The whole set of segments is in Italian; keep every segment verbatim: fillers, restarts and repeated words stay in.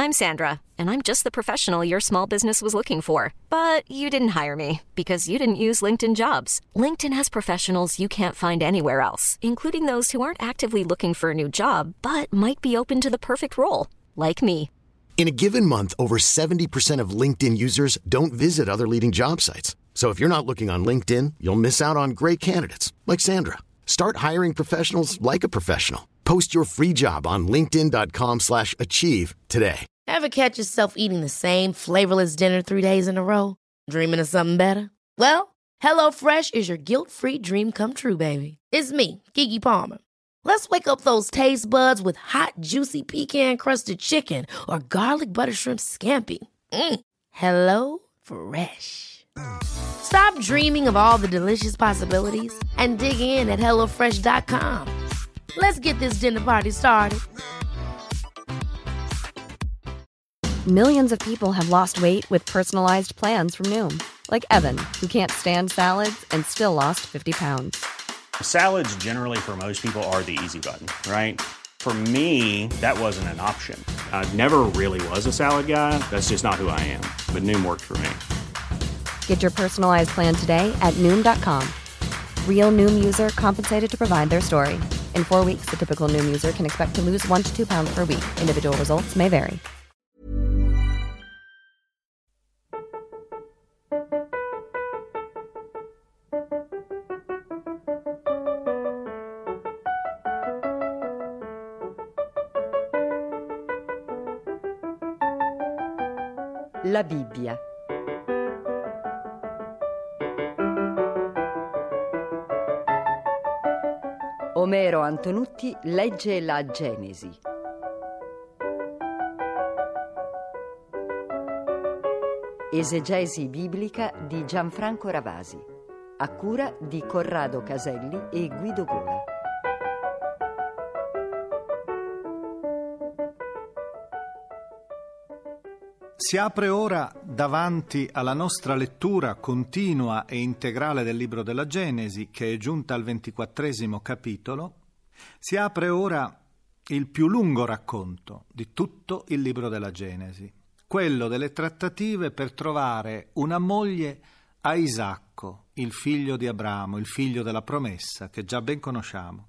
I'm Sandra, and I'm just the professional your small business was looking for. But you didn't hire me because you didn't use LinkedIn Jobs. LinkedIn has professionals you can't find anywhere else, including those who aren't actively looking for a new job, but might be open to the perfect role, like me. In a given month, over seventy percent of LinkedIn users don't visit other leading job sites. So if you're not looking on LinkedIn, you'll miss out on great candidates like Sandra. Start hiring professionals like a professional. Post your free job on linkedin.com slash achieve today. Ever catch yourself eating the same flavorless dinner three days in a row? Dreaming of something better? Well, HelloFresh is your guilt-free dream come true, baby. It's me, Keke Palmer. Let's wake up those taste buds with hot, juicy pecan-crusted chicken or garlic butter shrimp scampi. Mm. Hello Fresh. Stop dreaming of all the delicious possibilities and dig in at hello fresh dot com. Let's get this dinner party started. Millions of people have lost weight with personalized plans from Noom. Like Evan, who can't stand salads and still lost fifty pounds. Salads generally for most people are the easy button, right? For me, that wasn't an option. I never really was a salad guy. That's just not who I am. But Noom worked for me. Get your personalized plan today at Noom dot com. Real Noom user compensated to provide their story. In four weeks, the typical Noom user can expect to lose one to two pounds per week. Individual results may vary. La Bibbia. Omero Antonutti legge la Genesi. Esegesi biblica di Gianfranco Ravasi, a cura di Corrado Caselli e Guido Gola. Si apre ora, davanti alla nostra lettura continua e integrale del libro della Genesi, che è giunta al ventiquattresimo capitolo, si apre ora il più lungo racconto di tutto il libro della Genesi, quello delle trattative per trovare una moglie a Isacco, il figlio di Abramo, il figlio della promessa, che già ben conosciamo.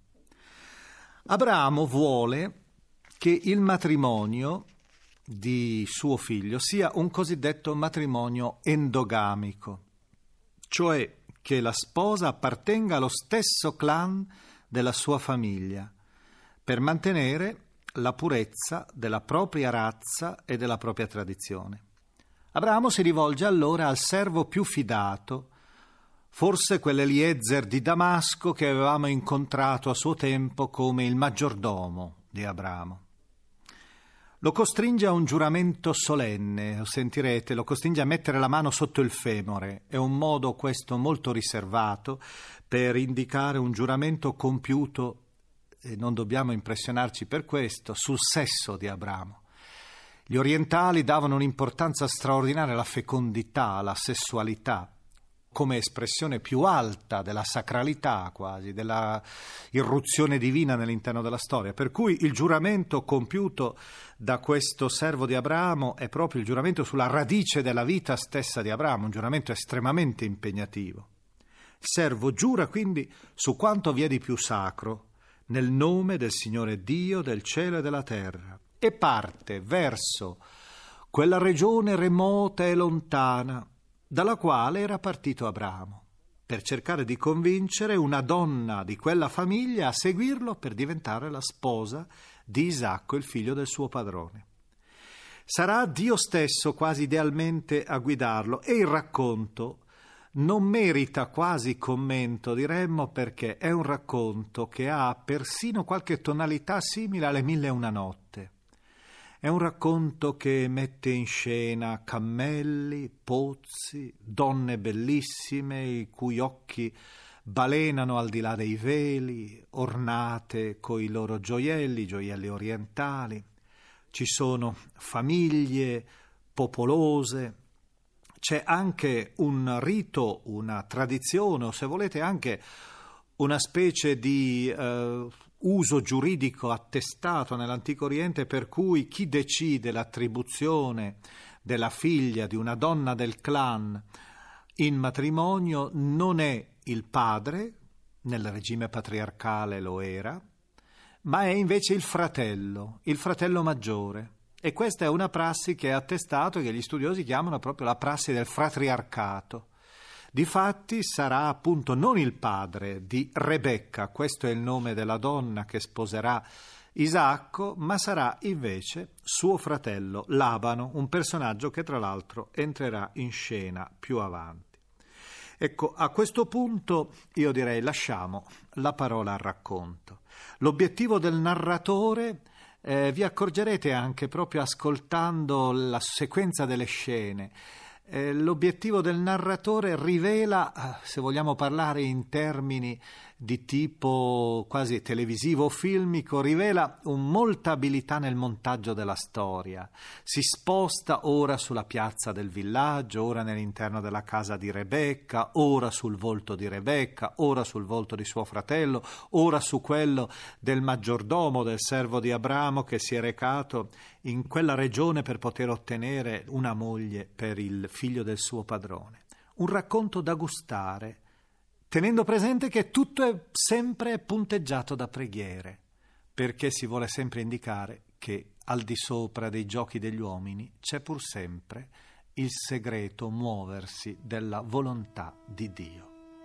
Abramo vuole che il matrimonio di suo figlio sia un cosiddetto matrimonio endogamico, cioè che la sposa appartenga allo stesso clan della sua famiglia, per mantenere la purezza della propria razza e della propria tradizione. Abramo si rivolge allora al servo più fidato, forse quell'Eliezer di Damasco che avevamo incontrato a suo tempo come il maggiordomo di Abramo. Lo costringe a un giuramento solenne, lo sentirete, lo costringe a mettere la mano sotto il femore. È un modo questo molto riservato per indicare un giuramento compiuto, e non dobbiamo impressionarci per questo, sul sesso di Abramo. Gli orientali davano un'importanza straordinaria alla fecondità, alla sessualità, come espressione più alta della sacralità quasi, della irruzione divina nell'interno della storia. Per cui il giuramento compiuto da questo servo di Abramo è proprio il giuramento sulla radice della vita stessa di Abramo, un giuramento estremamente impegnativo. Il servo giura quindi su quanto vi è di più sacro, nel nome del Signore Dio del cielo e della terra, e parte verso quella regione remota e lontana dalla quale era partito Abramo, per cercare di convincere una donna di quella famiglia a seguirlo per diventare la sposa di Isacco, il figlio del suo padrone. Sarà Dio stesso quasi idealmente a guidarlo, e il racconto non merita quasi commento, diremmo, perché è un racconto che ha persino qualche tonalità simile alle Mille e una notte. È un racconto che mette in scena cammelli, pozzi, donne bellissime i cui occhi balenano al di là dei veli, ornate coi loro gioielli, gioielli orientali. Ci sono famiglie popolose, c'è anche un rito, una tradizione, o se volete anche una specie di eh, uso giuridico attestato nell'Antico Oriente per cui chi decide l'attribuzione della figlia di una donna del clan in matrimonio non è il padre, nel regime patriarcale lo era, ma è invece il fratello, il fratello maggiore. E questa è una prassi che è attestato e che gli studiosi chiamano proprio la prassi del fratriarcato. Difatti sarà appunto non il padre di Rebecca, questo è il nome della donna che sposerà Isacco, ma sarà invece suo fratello Labano, un personaggio che tra l'altro entrerà in scena più avanti. Ecco, a questo punto io direi lasciamo la parola al racconto. L'obiettivo del narratore, eh, vi accorgerete anche proprio ascoltando la sequenza delle scene, Eh, l'obiettivo del narratore rivela, se vogliamo parlare in termini di tipo quasi televisivo o filmico, rivela un molta abilità nel montaggio della storia. Si sposta ora sulla piazza del villaggio, ora nell'interno della casa di Rebecca, ora sul volto di Rebecca, ora sul volto di suo fratello, ora su quello del maggiordomo, del servo di Abramo che si è recato in quella regione per poter ottenere una moglie per il figlio del suo padrone. Un racconto da gustare, tenendo presente che tutto è sempre punteggiato da preghiere, perché si vuole sempre indicare che al di sopra dei giochi degli uomini c'è pur sempre il segreto muoversi della volontà di Dio.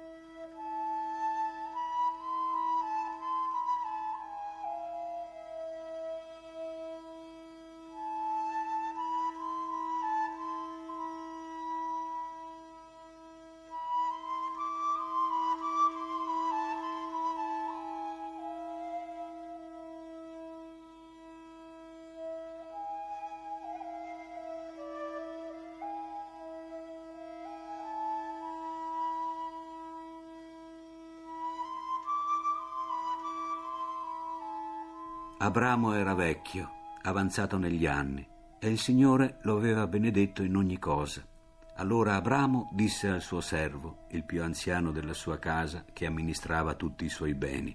Abramo era vecchio, avanzato negli anni, e il Signore lo aveva benedetto in ogni cosa. Allora Abramo disse al suo servo, il più anziano della sua casa, che amministrava tutti i suoi beni: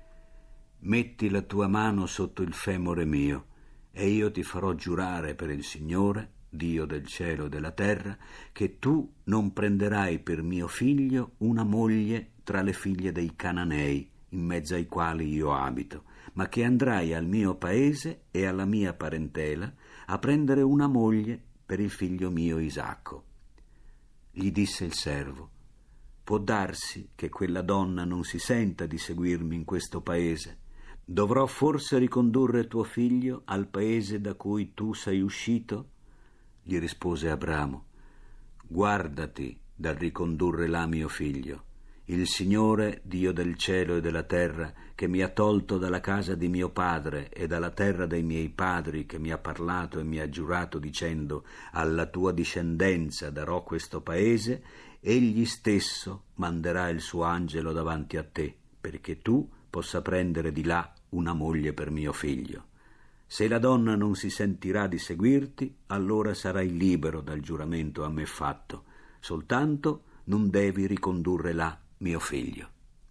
«Metti la tua mano sotto il femore mio, e io ti farò giurare per il Signore, Dio del cielo e della terra, che tu non prenderai per mio figlio una moglie tra le figlie dei Cananei, in mezzo ai quali io abito, ma che andrai al mio paese e alla mia parentela a prendere una moglie per il figlio mio Isacco». Gli disse il servo: «Può darsi che quella donna non si senta di seguirmi in questo paese. Dovrò forse ricondurre tuo figlio al paese da cui tu sei uscito?» Gli rispose Abramo: «Guardati dal ricondurre là mio figlio. Il Signore, Dio del cielo e della terra, che mi ha tolto dalla casa di mio padre e dalla terra dei miei padri, che mi ha parlato e mi ha giurato dicendo: alla tua discendenza darò questo paese, egli stesso manderà il suo angelo davanti a te, perché tu possa prendere di là una moglie per mio figlio. Se la donna non si sentirà di seguirti, allora sarai libero dal giuramento a me fatto, soltanto non devi ricondurre là mio figlio».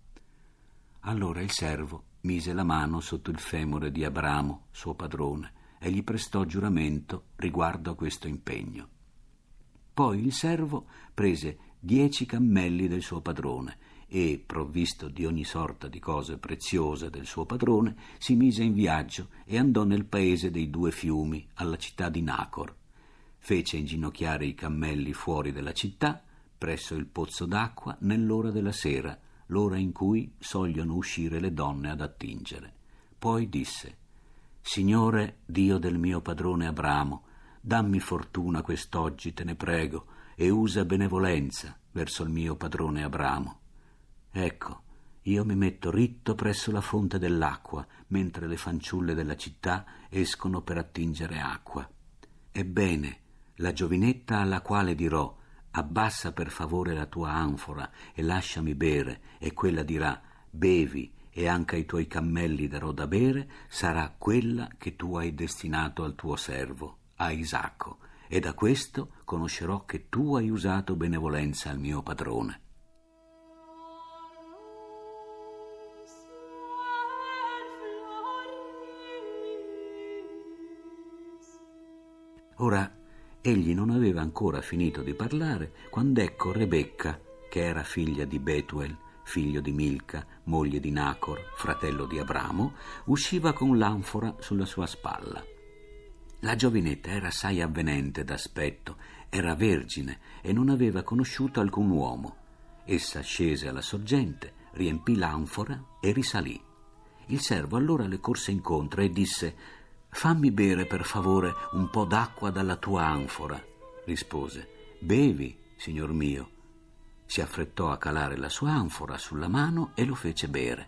Allora il servo mise la mano sotto il femore di Abramo, suo padrone, e gli prestò giuramento riguardo a questo impegno. Poi il servo prese dieci cammelli del suo padrone e, provvisto di ogni sorta di cose preziose del suo padrone, si mise in viaggio e andò nel paese dei due fiumi, alla città di Nacor. Fece inginocchiare i cammelli fuori della città, presso il pozzo d'acqua, nell'ora della sera, l'ora in cui sogliono uscire le donne ad attingere. Poi disse: «Signore, Dio del mio padrone Abramo, dammi fortuna quest'oggi, te ne prego, e usa benevolenza verso il mio padrone Abramo. Ecco, io mi metto ritto presso la fonte dell'acqua, mentre le fanciulle della città escono per attingere acqua. Ebbene, la giovinetta alla quale dirò: abbassa per favore la tua anfora e lasciami bere, e quella dirà: bevi, e anche ai tuoi cammelli darò da bere, sarà quella che tu hai destinato al tuo servo, a Isacco, e da questo conoscerò che tu hai usato benevolenza al mio padrone». Ora, egli non aveva ancora finito di parlare quando ecco Rebecca, che era figlia di Betuel, figlio di Milca, moglie di Nacor, fratello di Abramo, usciva con l'anfora sulla sua spalla. La giovinetta era assai avvenente d'aspetto, era vergine e non aveva conosciuto alcun uomo. Essa scese alla sorgente, riempì l'anfora e risalì. Il servo allora le corse incontro e disse: «Fammi bere per favore un po' d'acqua dalla tua anfora». Rispose: «Bevi, signor mio». Si affrettò a calare la sua anfora sulla mano e lo fece bere.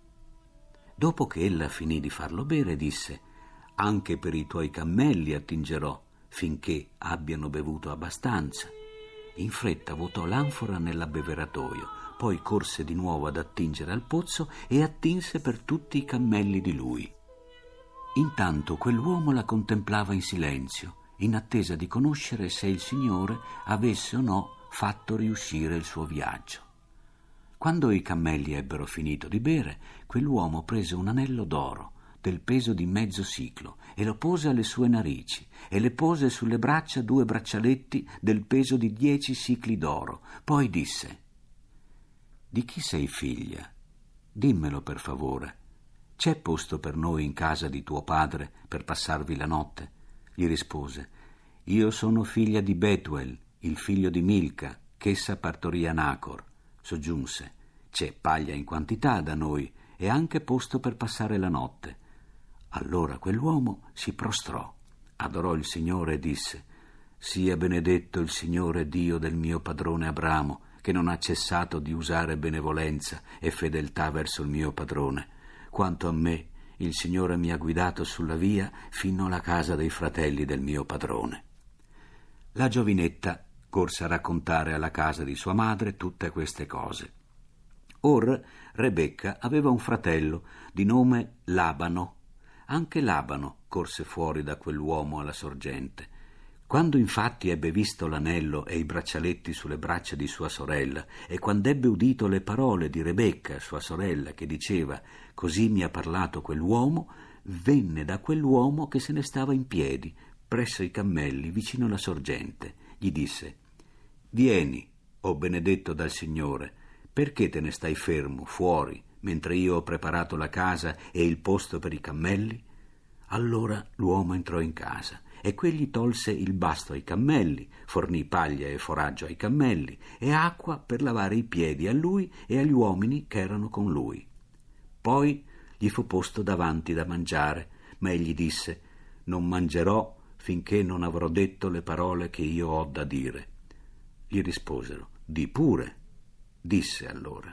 Dopo che ella finì di farlo bere, disse: «Anche per i tuoi cammelli attingerò, finché abbiano bevuto abbastanza». In fretta vuotò l'anfora nell'abbeveratoio, poi corse di nuovo ad attingere al pozzo e attinse per tutti i cammelli di lui. Intanto quell'uomo la contemplava in silenzio, in attesa di conoscere se il Signore avesse o no fatto riuscire il suo viaggio. Quando i cammelli ebbero finito di bere, quell'uomo prese un anello d'oro del peso di mezzo siclo e lo pose alle sue narici e le pose sulle braccia due braccialetti del peso di dieci sicli d'oro. Poi disse: «Di chi sei figlia? Dimmelo per favore. C'è posto per noi in casa di tuo padre per passarvi la notte?» Gli rispose: «Io sono figlia di Betuel, il figlio di Milca, ch'essa partorì a Nacor». Soggiunse: «C'è paglia in quantità da noi e anche posto per passare la notte». Allora quell'uomo si prostrò, adorò il Signore e disse: «Sia benedetto il Signore Dio del mio padrone Abramo, che non ha cessato di usare benevolenza e fedeltà verso il mio padrone. Quanto a me, il Signore mi ha guidato sulla via fino alla casa dei fratelli del mio padrone». La giovinetta corse a raccontare alla casa di sua madre tutte queste cose. Or Rebecca aveva un fratello di nome Labano. Anche Labano corse fuori da quell'uomo alla sorgente. Quando infatti ebbe visto l'anello e i braccialetti sulle braccia di sua sorella, e quando ebbe udito le parole di Rebecca, sua sorella, che diceva: «Così mi ha parlato quell'uomo», venne da quell'uomo che se ne stava in piedi, presso i cammelli, vicino alla sorgente. Gli disse: «Vieni, o benedetto dal Signore, perché te ne stai fermo, fuori, mentre io ho preparato la casa e il posto per i cammelli?» Allora l'uomo entrò in casa e quegli tolse il basto ai cammelli, fornì paglia e foraggio ai cammelli e acqua per lavare i piedi a lui e agli uomini che erano con lui. Poi gli fu posto davanti da mangiare, ma egli disse: «Non mangerò finché non avrò detto le parole che io ho da dire». Gli risposero: «Di pure». Disse allora: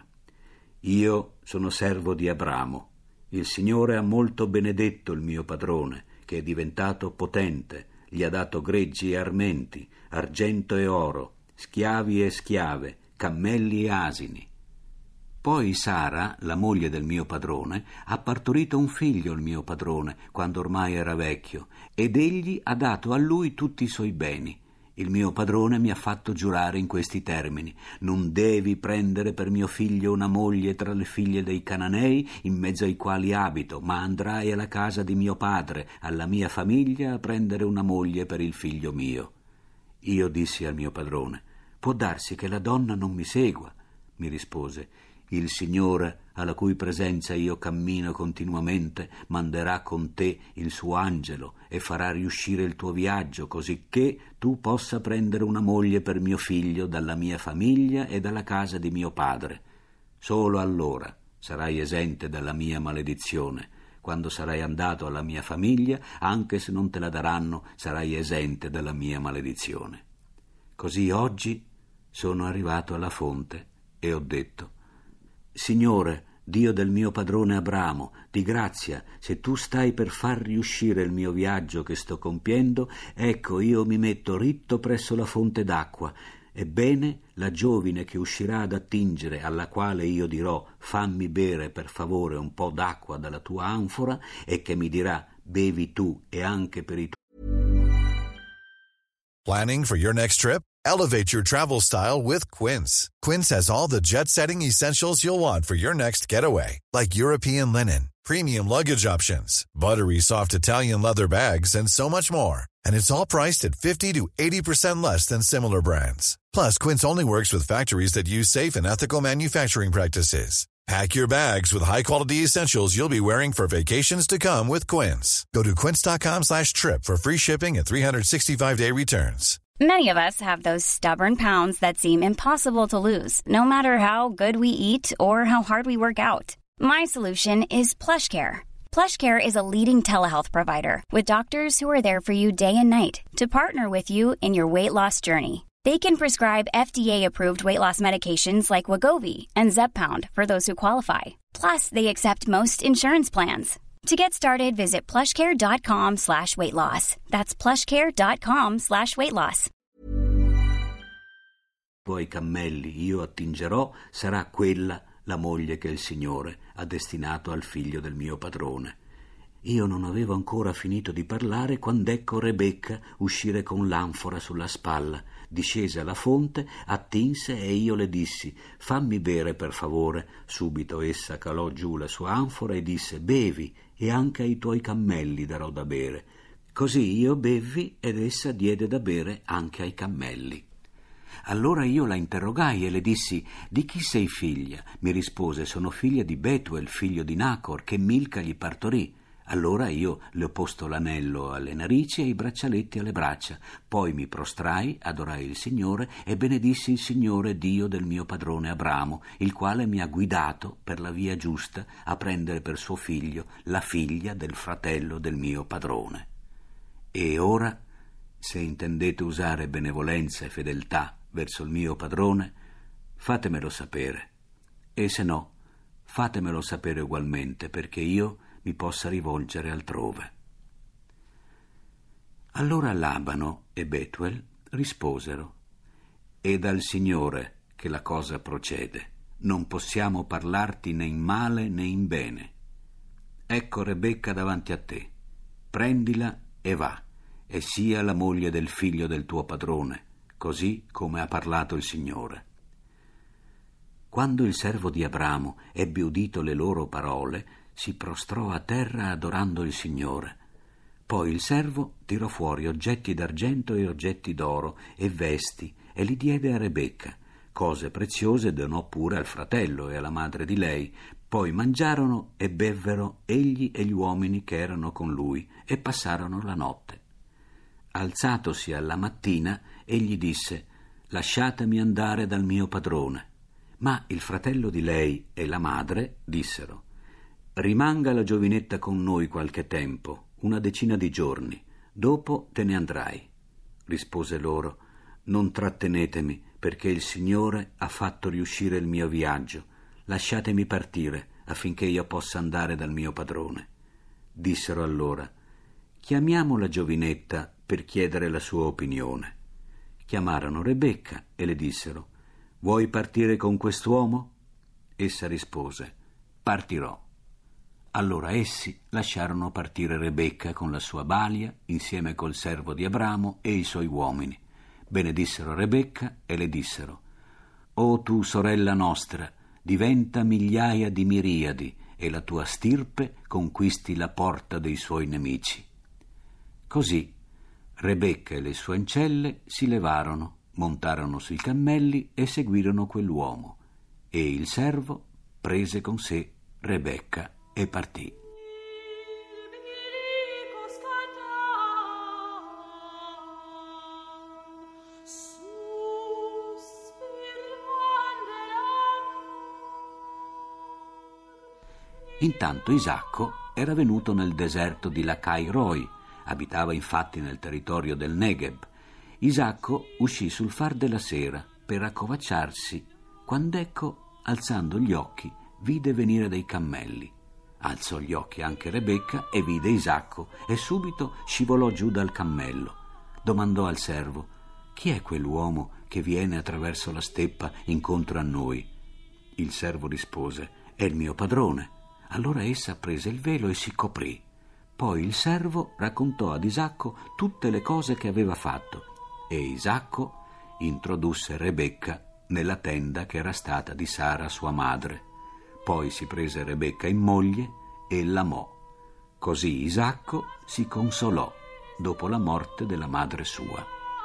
«Io sono servo di Abramo. Il Signore ha molto benedetto il mio padrone, che è diventato potente, gli ha dato greggi e armenti, argento e oro, schiavi e schiave, cammelli e asini. Poi Sara, la moglie del mio padrone, ha partorito un figlio al mio padrone, quando ormai era vecchio, ed egli ha dato a lui tutti i suoi beni. Il mio padrone mi ha fatto giurare in questi termini: non devi prendere per mio figlio una moglie tra le figlie dei Cananei, in mezzo ai quali abito, ma andrai alla casa di mio padre, alla mia famiglia, a prendere una moglie per il figlio mio. Io dissi al mio padrone: può darsi che la donna non mi segua. Mi rispose: il Signore, alla cui presenza io cammino continuamente, manderà con te il suo angelo e farà riuscire il tuo viaggio, così che tu possa prendere una moglie per mio figlio dalla mia famiglia e dalla casa di mio padre. Solo allora sarai esente dalla mia maledizione. Quando sarai andato alla mia famiglia, anche se non te la daranno, sarai esente dalla mia maledizione. Così oggi sono arrivato alla fonte e ho detto: Signore, Dio del mio padrone Abramo, di grazia, se tu stai per far riuscire il mio viaggio che sto compiendo, ecco io mi metto ritto presso la fonte d'acqua. Ebbene, la giovine che uscirà ad attingere, alla quale io dirò: fammi bere per favore un po' d'acqua dalla tua anfora, e che mi dirà: bevi tu e anche per i tuoi. Planning for your next trip? Elevate your travel style with Quince. Quince has all the jet-setting essentials you'll want for your next getaway, like European linen, premium luggage options, buttery soft Italian leather bags, and so much more. And it's all priced at fifty to eighty percent less than similar brands. Plus, Quince only works with factories that use safe and ethical manufacturing practices. Pack your bags with high-quality essentials you'll be wearing for vacations to come with Quince. Go to quince.com slash trip for free shipping and three sixty-five day returns. Many of us have those stubborn pounds that seem impossible to lose, no matter how good we eat or how hard we work out. My solution is PlushCare. PlushCare is a leading telehealth provider with doctors who are there for you day and night to partner with you in your weight loss journey. They can prescribe F D A-approved weight loss medications like Wegovy and Zepbound for those who qualify. Plus, they accept most insurance plans. To get started, visit plushcare.com slash weight loss. That's plushcare.com slash weight loss. Poi cammelli io attingerò, sarà quella la moglie che il Signore ha destinato al figlio del mio padrone. Io non avevo ancora finito di parlare quando ecco Rebecca uscire con l'anfora sulla spalla. Discese alla fonte, attinse e io le dissi: fammi bere per favore. Subito essa calò giù la sua anfora e disse: bevi, e anche ai tuoi cammelli darò da bere. Così io bevvi ed essa diede da bere anche ai cammelli. Allora io la interrogai e le dissi: di chi sei figlia? Mi rispose: sono figlia di Betuel, figlio di Nacor, che Milca gli partorì. Allora io le ho posto l'anello alle narici e i braccialetti alle braccia. Poi mi prostrai, adorai il Signore e benedissi il Signore, Dio del mio padrone Abramo, il quale mi ha guidato per la via giusta a prendere per suo figlio la figlia del fratello del mio padrone. E ora, se intendete usare benevolenza e fedeltà verso il mio padrone, fatemelo sapere. E se no, fatemelo sapere ugualmente, perché io mi possa rivolgere altrove. Allora Labano e Betuel risposero: è dal Signore che la cosa procede, non possiamo parlarti né in male né in bene. Ecco Rebecca davanti a te, prendila e va, e sia la moglie del figlio del tuo padrone, così come ha parlato il Signore. Quando il servo di Abramo ebbe udito le loro parole, si prostrò a terra adorando il Signore. Poi il servo tirò fuori oggetti d'argento e oggetti d'oro e vesti e li diede a Rebecca. Cose preziose donò pure al fratello e alla madre di lei. Poi mangiarono e bevvero egli e gli uomini che erano con lui e passarono la notte. Alzatosi alla mattina, egli disse: lasciatemi andare dal mio padrone. Ma il fratello di lei e la madre dissero: rimanga la giovinetta con noi qualche tempo, una decina di giorni, dopo te ne andrai. Rispose loro: non trattenetemi, perché il Signore ha fatto riuscire il mio viaggio. Lasciatemi partire, affinché io possa andare dal mio padrone. Dissero allora: chiamiamo la giovinetta per chiedere la sua opinione. Chiamarono Rebecca e le dissero: vuoi partire con quest'uomo? Essa rispose: partirò. Allora essi lasciarono partire Rebecca con la sua balia, insieme col servo di Abramo e i suoi uomini. Benedissero Rebecca e le dissero: o tu, sorella nostra, diventa migliaia di miriadi e la tua stirpe conquisti la porta dei suoi nemici. Così Rebecca e le sue ancelle si levarono, montarono sui cammelli e seguirono quell'uomo, e il servo prese con sé Rebecca e partì. Intanto Isacco era venuto nel deserto di Lachai Roi, abitava infatti nel territorio del Negev. Isacco uscì sul far della sera per accovacciarsi, quando ecco, alzando gli occhi, vide venire dei cammelli. Alzò gli occhi anche Rebecca e vide Isacco e subito scivolò giù dal cammello. Domandò al servo: chi è quell'uomo che viene attraverso la steppa incontro a noi? Il servo rispose: è il mio padrone. Allora essa prese il velo e si coprì. Poi il servo raccontò ad Isacco tutte le cose che aveva fatto, e Isacco introdusse Rebecca nella tenda che era stata di Sara sua madre. Poi si prese Rebecca in moglie e l'amò. Così Isacco si consolò dopo la morte della madre sua.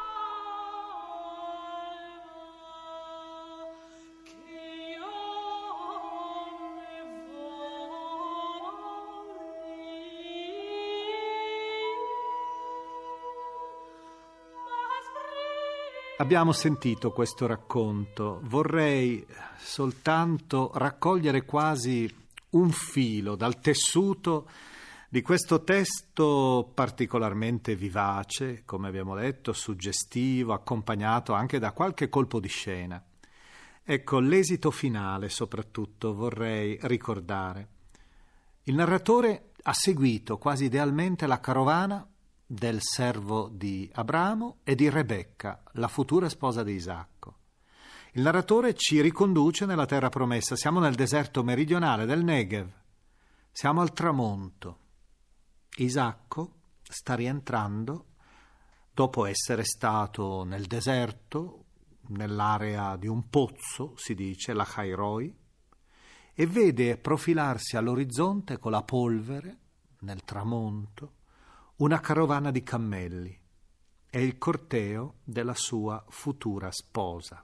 Abbiamo sentito questo racconto, vorrei soltanto raccogliere quasi un filo dal tessuto di questo testo particolarmente vivace, come abbiamo detto, suggestivo, accompagnato anche da qualche colpo di scena. Ecco, l'esito finale soprattutto vorrei ricordare. Il narratore ha seguito quasi idealmente la carovana del servo di Abramo e di Rebecca, la futura sposa di Isacco. Il narratore ci riconduce nella terra promessa. Siamo nel deserto meridionale del Negev. Siamo al tramonto. Isacco sta rientrando dopo essere stato nel deserto, nell'area di un pozzo, si dice, la Chairoi, e vede profilarsi all'orizzonte con la polvere, nel tramonto, una carovana di cammelli. È il corteo della sua futura sposa.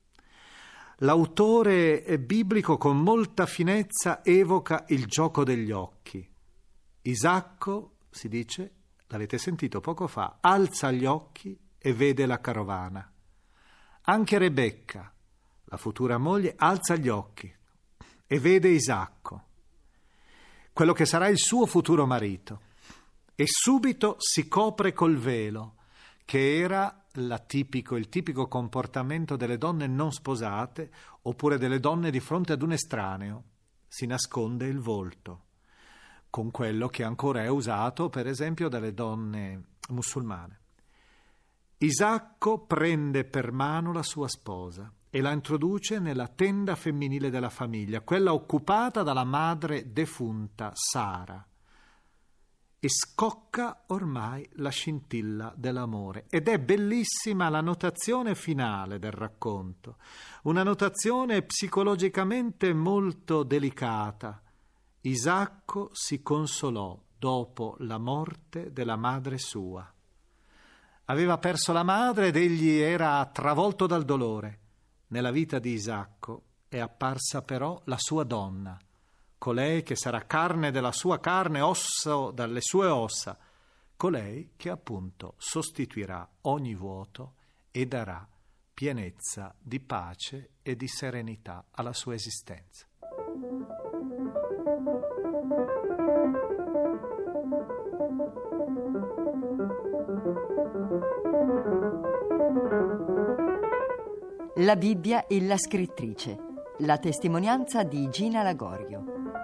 L'autore biblico con molta finezza evoca il gioco degli occhi. Isacco, si dice, l'avete sentito poco fa, alza gli occhi e vede la carovana. Anche Rebecca, la futura moglie, alza gli occhi e vede Isacco, quello che sarà il suo futuro marito. E subito si copre col velo, che era la tipico, il tipico comportamento delle donne non sposate oppure delle donne di fronte ad un estraneo. Si nasconde il volto, con quello che ancora è usato, per esempio, dalle donne musulmane. Isacco prende per mano la sua sposa e la introduce nella tenda femminile della famiglia, quella occupata dalla madre defunta Sara. E scocca ormai la scintilla dell'amore. Ed è bellissima la notazione finale del racconto, una notazione psicologicamente molto delicata. Isacco si consolò dopo la morte della madre sua. Aveva perso la madre ed egli era travolto dal dolore. Nella vita di Isacco è apparsa però la sua donna, colei che sarà carne della sua carne, osso dalle sue ossa, colei che appunto sostituirà ogni vuoto e darà pienezza di pace e di serenità alla sua esistenza. La Bibbia e la scrittrice. La testimonianza di Gina Lagorio.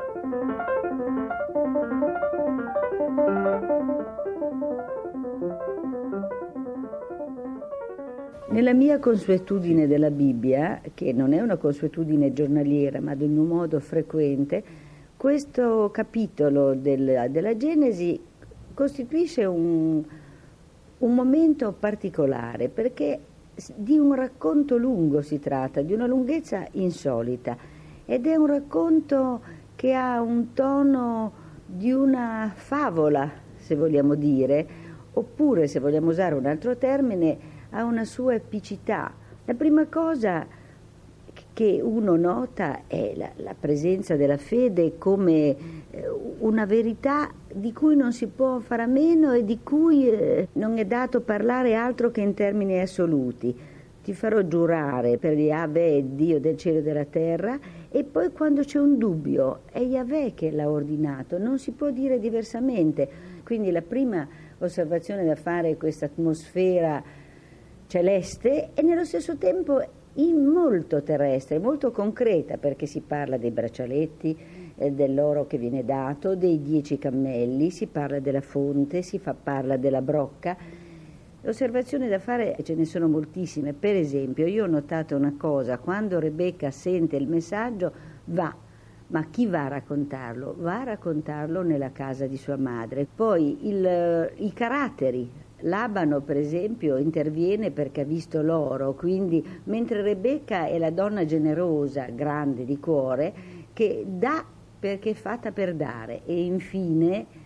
Nella mia consuetudine della Bibbia, che non è una consuetudine giornaliera ma di un modo frequente, questo capitolo del, della Genesi costituisce un, un momento particolare, perché di un racconto lungo si tratta, di una lunghezza insolita, ed è un racconto che ha un tono di una favola, se vogliamo dire, oppure, se vogliamo usare un altro termine, ha una sua epicità. La prima cosa che uno nota è la, la presenza della fede come eh, una verità di cui non si può fare a meno e di cui eh, non è dato parlare altro che in termini assoluti. Ti farò giurare per Yahweh, Dio del cielo e della terra, e poi quando c'è un dubbio è Yahweh che l'ha ordinato, non si può dire diversamente. Quindi la prima osservazione da fare è questa atmosfera celeste e nello stesso tempo molto terrestre, molto concreta, perché si parla dei braccialetti, eh, dell'oro che viene dato, dei dieci cammelli, si parla della fonte, si fa, parla della brocca. L'osservazione da fare ce ne sono moltissime. Per esempio, io ho notato una cosa: quando Rebecca sente il messaggio va, ma chi va a raccontarlo? Va a raccontarlo nella casa di sua madre. Poi il, i caratteri. Labano, per esempio, interviene perché ha visto l'oro, quindi mentre Rebecca è la donna generosa, grande di cuore, che dà perché è fatta per dare. E infine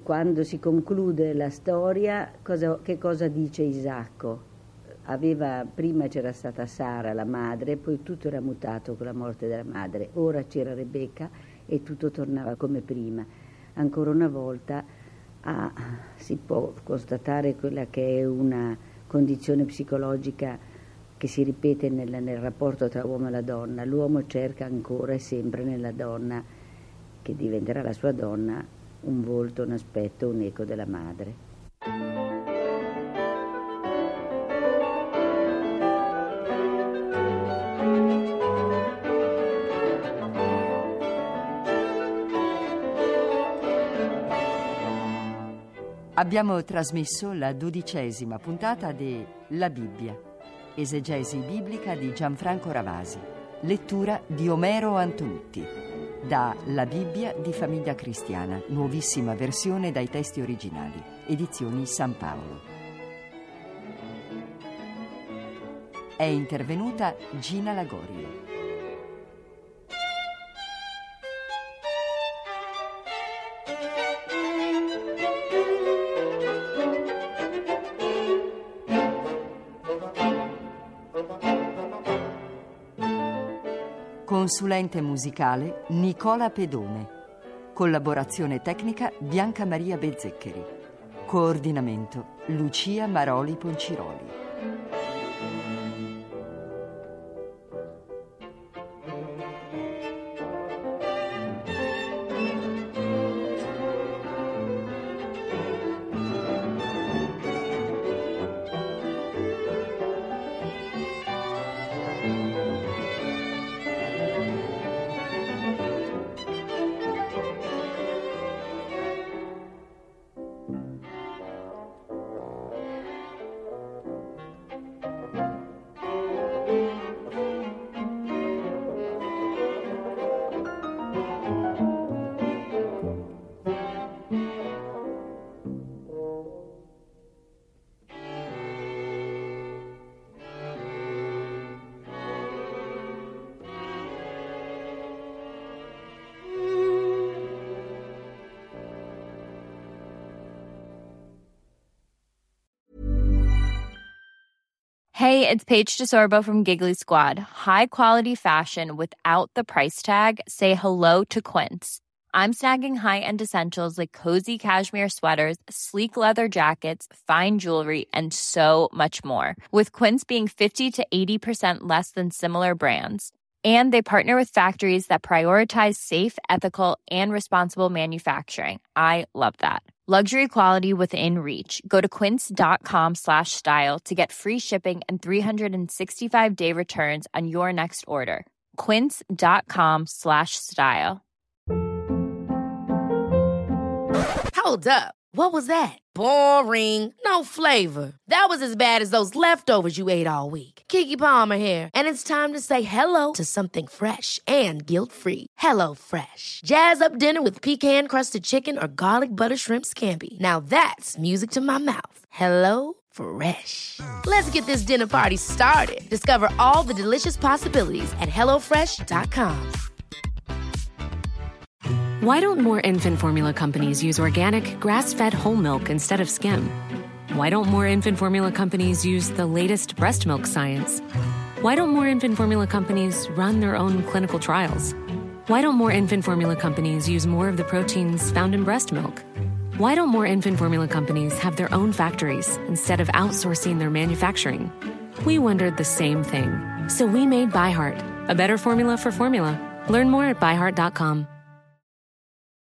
quando si conclude la storia, cosa, che cosa dice Isacco? Aveva, prima c'era stata Sara, la madre, poi tutto era mutato con la morte della madre, ora c'era Rebecca e tutto tornava come prima. Ancora una volta ah, si può constatare quella che è una condizione psicologica che si ripete nel, nel rapporto tra uomo e la donna. L'uomo cerca ancora e sempre nella donna, che diventerà la sua donna, un volto, un aspetto, un eco della madre. Abbiamo trasmesso la dodicesima puntata di La Bibbia, esegesi biblica di Gianfranco Ravasi, lettura di Omero Antonutti, da La Bibbia di Famiglia Cristiana, nuovissima versione dai testi originali, edizioni San Paolo. È intervenuta Gina Lagorio. Consulente musicale Nicola Pedone. Collaborazione tecnica Bianca Maria Bezzeccheri. Coordinamento Lucia Maroli Ponciroli. Hey, it's Paige DeSorbo from Giggly Squad. High quality fashion without the price tag. Say hello to Quince. I'm snagging high-end essentials like cozy cashmere sweaters, sleek leather jackets, fine jewelry, and so much more. With Quince being fifty to eighty percent less than similar brands. And they partner with factories that prioritize safe, ethical, and responsible manufacturing. I love that. Luxury quality within reach. Go to quince.com slash style to get free shipping and three sixty-five day returns on your next order. Quince.com slash style. Hold up. What was that? Boring. No flavor. That was as bad as those leftovers you ate all week. Keke Palmer here, and it's time to say hello to something fresh and guilt-free. Hello Fresh. Jazz up dinner with pecan-crusted chicken or garlic butter shrimp scampi. Now that's music to my mouth. Hello Fresh. Let's get this dinner party started. Discover all the delicious possibilities at hello fresh dot com. Why don't more infant formula companies use organic, grass-fed whole milk instead of skim? Why don't more infant formula companies use the latest breast milk science? Why don't more infant formula companies run their own clinical trials? Why don't more infant formula companies use more of the proteins found in breast milk? Why don't more infant formula companies have their own factories instead of outsourcing their manufacturing? We wondered the same thing. So we made ByHeart, a better formula for formula. Learn more at by heart dot com.